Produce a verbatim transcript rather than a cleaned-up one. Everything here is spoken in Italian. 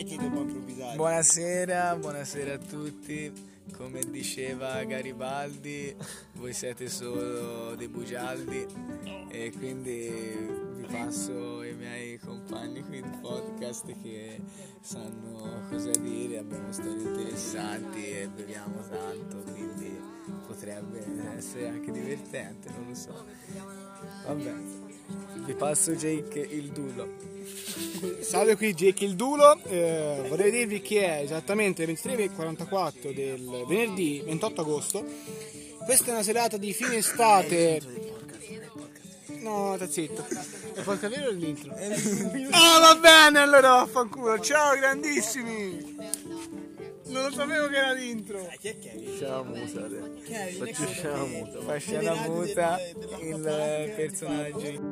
E ti devo improvvisare. Buonasera, buonasera a tutti. Come diceva Garibaldi, voi siete solo dei bugiardi e quindi vi passo i miei compagni qui in podcast che sanno cosa dire, abbiamo storie interessanti e beviamo tanto, quindi potrebbe essere anche divertente, non lo so. Vabbè, vi passo Jake il Dulo. Salve, qui Jake il Dulo, eh, vorrei dirvi che è esattamente le ventitré e quarantaquattro del venerdì ventotto agosto. Questa è una serata di fine estate. No, sta zitto. È poi vero l'intro? Ah, va bene, allora vaffanculo. Ciao grandissimi. Non lo sapevo che era l'intro. Scena muta, faccio scena muta, fa scena muta il personaggio.